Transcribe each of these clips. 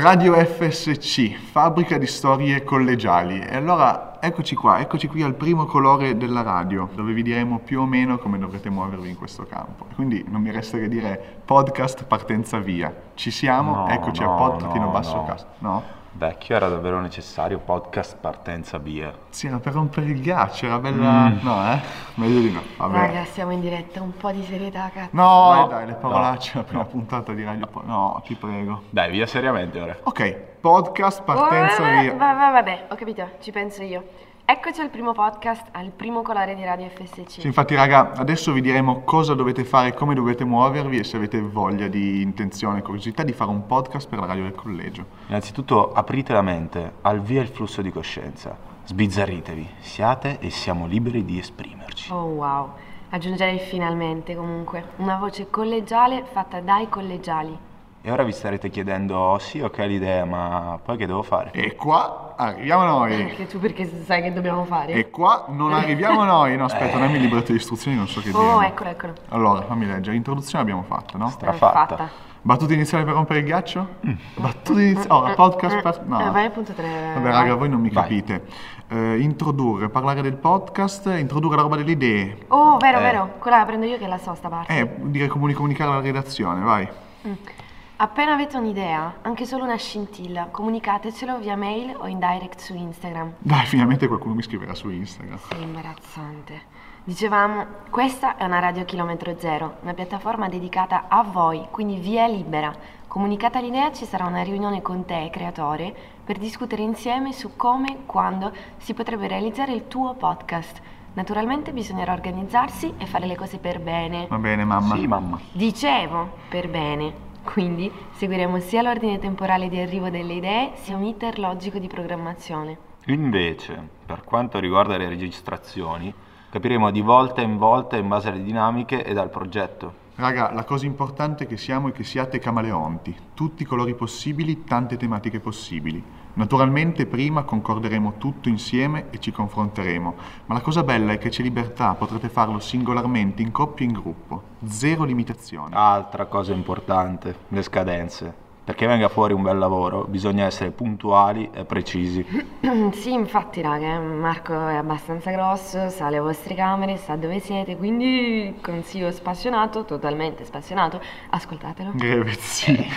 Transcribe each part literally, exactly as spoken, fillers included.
Radio F S C, fabbrica di storie collegiali. E allora eccoci qua, eccoci qui al primo colore della radio, dove vi diremo più o meno come dovrete muovervi in questo campo. Quindi non mi resta che dire podcast partenza via. Ci siamo, No, eccoci no, a pod trattino no, basso no. cast. No? Vecchio, era davvero necessario podcast partenza via. Sì, era per rompere il ghiaccio, era bella... Mm. No, eh? Meglio di no. Vabbè. Raga, siamo in diretta, un po' di serietà, cazzo. No, No, eh, dai, le parolacce, no, la prima no. puntata di Radio Po- No, ti prego. Dai, via seriamente ora. Ok, podcast partenza Oh, via. va- va- Vabbè, ho capito, ci penso io. Eccoci al primo podcast, al primo colore di Radio F S C. Sì, infatti raga, adesso vi diremo cosa dovete fare, come dovete muovervi e se avete voglia di intenzione e curiosità di fare un podcast per la radio del collegio. Innanzitutto aprite la mente, al via il flusso di coscienza. Sbizzarritevi, siate e siamo liberi di esprimerci. Oh wow, aggiungerei finalmente comunque una voce collegiale fatta dai collegiali. E ora vi starete chiedendo, oh, sì, ok l'idea, ma poi che devo fare? E qua arriviamo noi. Che tu perché sai che dobbiamo fare? E qua non arriviamo noi. No, aspetta, dammi il libretto di istruzioni, non so che dire. Oh, eccolo, eccolo. Allora, fammi leggere. L'introduzione l'abbiamo fatta, no? Strafatta. Battuta iniziale per rompere il ghiaccio? Battuta iniziale... Oh, podcast per... Eh, No. vai al punto tre. Vabbè raga, voi non mi Vai. capite. Eh, introdurre, parlare del podcast, introdurre la roba delle idee. Oh, vero, Eh. vero, quella la prendo io che la so sta parte. Eh, dire comuni- comunicare alla redazione, vai. Mm. Appena avete un'idea, anche solo una scintilla, comunicatecelo via mail o in direct su Instagram. Dai, finalmente qualcuno mi scriverà su Instagram. Che imbarazzante. Dicevamo, questa è una radio chilometro zero, una piattaforma dedicata a voi, quindi via libera. Comunicata l'idea ci sarà una riunione con te, creatore, per discutere insieme su come, quando si potrebbe realizzare il tuo podcast. Naturalmente bisognerà organizzarsi e fare le cose per bene. Va bene, mamma. Sì, mamma. Dicevo, per bene. Quindi seguiremo sia l'ordine temporale di arrivo delle idee, sia un iter logico di programmazione. Invece, per quanto riguarda le registrazioni, capiremo di volta in volta in base alle dinamiche e dal progetto. Raga, la cosa importante è che siamo e che siate camaleonti. Tutti i colori possibili, tante tematiche possibili. Naturalmente prima concorderemo tutto insieme e ci confronteremo, ma la cosa bella è che c'è libertà, potrete farlo singolarmente, in coppia e in gruppo. Zero limitazioni. Altra cosa importante, le scadenze. Perché venga fuori un bel lavoro bisogna essere puntuali e precisi. Sì, infatti, raga, eh, Marco è abbastanza grosso, sa le vostre camere, sa dove siete, quindi consiglio spassionato, totalmente spassionato, ascoltatelo. Grevezzi.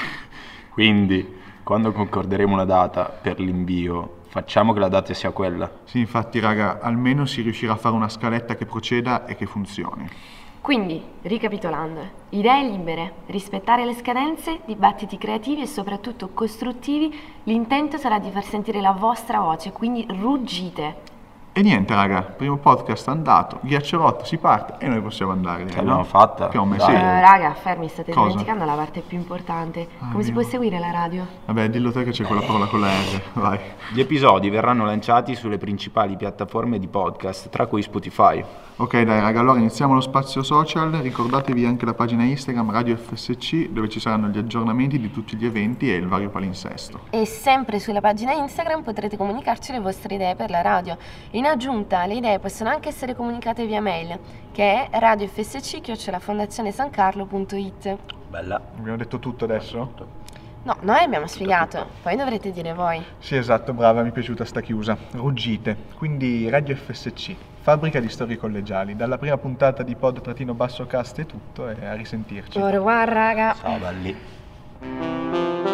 Quindi, quando concorderemo una data per l'invio, facciamo che la data sia quella. Sì, infatti, raga, almeno si riuscirà a fare una scaletta che proceda e che funzioni. Quindi, ricapitolando, idee libere, rispettare le scadenze, dibattiti creativi e soprattutto costruttivi, l'intento sarà di far sentire la vostra voce, quindi ruggite. E niente, raga, primo podcast andato, ghiaccio rotto, si parte e noi possiamo andare. Ce no? l'abbiamo fatta. Più o meno, Dai. sì. Eh, raga, fermi, state Cosa? dimenticando la parte più importante. Ah, Come si mio. può seguire la radio? Vabbè, dillo te che c'è quella parola con la R, vai. Gli episodi verranno lanciati sulle principali piattaforme di podcast, tra cui Spotify. Ok dai raga, allora iniziamo lo spazio social, ricordatevi anche la pagina Instagram Radio F S C dove ci saranno gli aggiornamenti di tutti gli eventi e il vario palinsesto. E sempre sulla pagina Instagram potrete comunicarci le vostre idee per la radio. In aggiunta, le idee possono anche essere comunicate via mail, che è radio f s c chiocciola fondazione san carlo punto i t. Bella. Abbiamo detto tutto adesso? No, noi abbiamo spiegato, poi dovrete dire voi. Sì esatto, brava, mi è piaciuta sta chiusa. Ruggite, quindi Radio F S C, fabbrica di storie collegiali. Dalla prima puntata di pod trattino basso cast è tutto e a risentirci. Au revoir, raga. Ciao belli.